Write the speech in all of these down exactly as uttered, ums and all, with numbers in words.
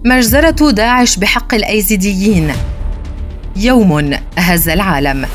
مجزرة داعش بحق الأيزيديين، يوم هز العالم.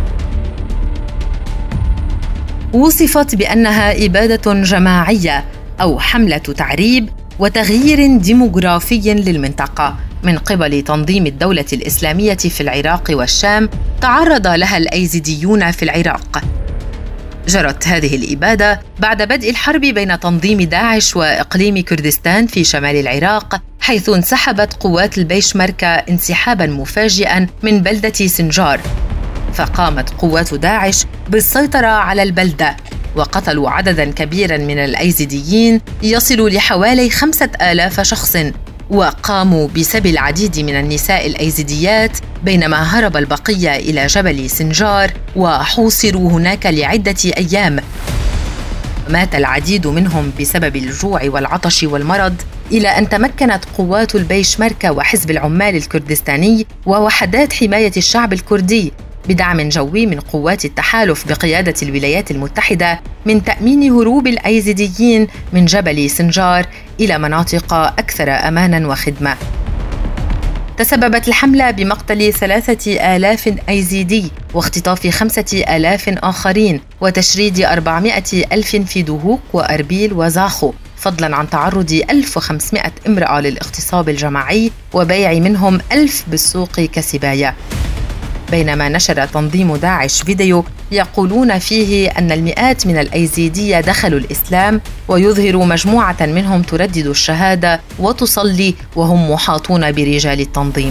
وصفت بأنها إبادة جماعية أو حملة تعريب وتغيير ديموغرافي للمنطقة من قبل تنظيم الدولة الإسلامية في العراق والشام تعرض لها الأيزيديون في العراق. جرت هذه الإبادة بعد بدء الحرب بين تنظيم داعش وإقليم كردستان في شمال العراق، حيث انسحبت قوات البيشمركة انسحاباً مفاجئاً من بلدة سنجار، فقامت قوات داعش بالسيطرة على البلدة وقتلوا عدداً كبيراً من الأيزيديين يصل لحوالي خمسة آلاف شخص، وقاموا بسبي العديد من النساء الأيزيديات، بينما هرب البقية إلى جبل سنجار وحوصروا هناك لعدة أيام. مات العديد منهم بسبب الجوع والعطش والمرض، إلى أن تمكنت قوات البيشمركة وحزب العمال الكردستاني ووحدات حماية الشعب الكردي بدعم جوي من قوات التحالف بقيادة الولايات المتحدة من تأمين هروب الأيزيديين من جبل سنجار إلى مناطق أكثر أماناً وخدمة. تسببت الحملة بمقتل ثلاثة آلاف أيزيدي واختطاف خمسة آلاف آخرين وتشريد أربعمائة ألف في دهوك وأربيل وزاخو، فضلاً عن تعرض ألف وخمسمائة امرأة للاغتصاب الجماعي وبيع منهم ألف بالسوق كسبايا. بينما نشر تنظيم داعش فيديو يقولون فيه أن المئات من الأيزيدية دخلوا الإسلام، ويظهر مجموعة منهم تردد الشهادة وتصلي وهم محاطون برجال التنظيم.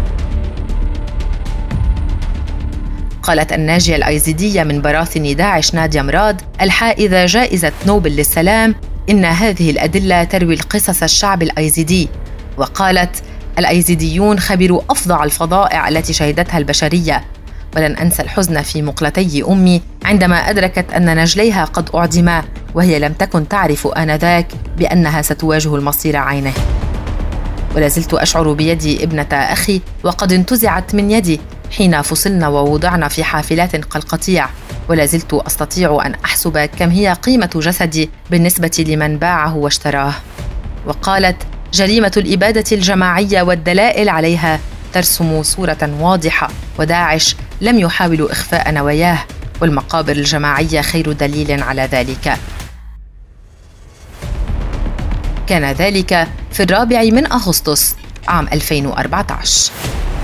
قالت الناجية الأيزيدية من براثن داعش نادية مراد الحائزة جائزة نوبل للسلام إن هذه الأدلة تروي القصص الشعب الأيزيدي، وقالت: الأيزيديون خبروا أفظع الفظائع التي شهدتها البشرية، ولن أنسى الحزن في مقلتي أمي عندما أدركت أن نجليها قد أعدما وهي لم تكن تعرف آنذاك بأنها ستواجه المصير عينه. ولازلت أشعر بيد ابنة أخي وقد انتزعت من يدي حين فصلنا ووضعنا في حافلات كالقطيع، ولازلت أستطيع أن أحسب كم هي قيمة جسدي بالنسبة لمن باعه واشتراه. وقالت: جريمة الإبادة الجماعية والدلائل عليها ترسم صورة واضحة، وداعش لم يحاول إخفاء نواياه، والمقابر الجماعية خير دليل على ذلك. كان ذلك في الرابع من أغسطس عام ألفين وأربعة عشر.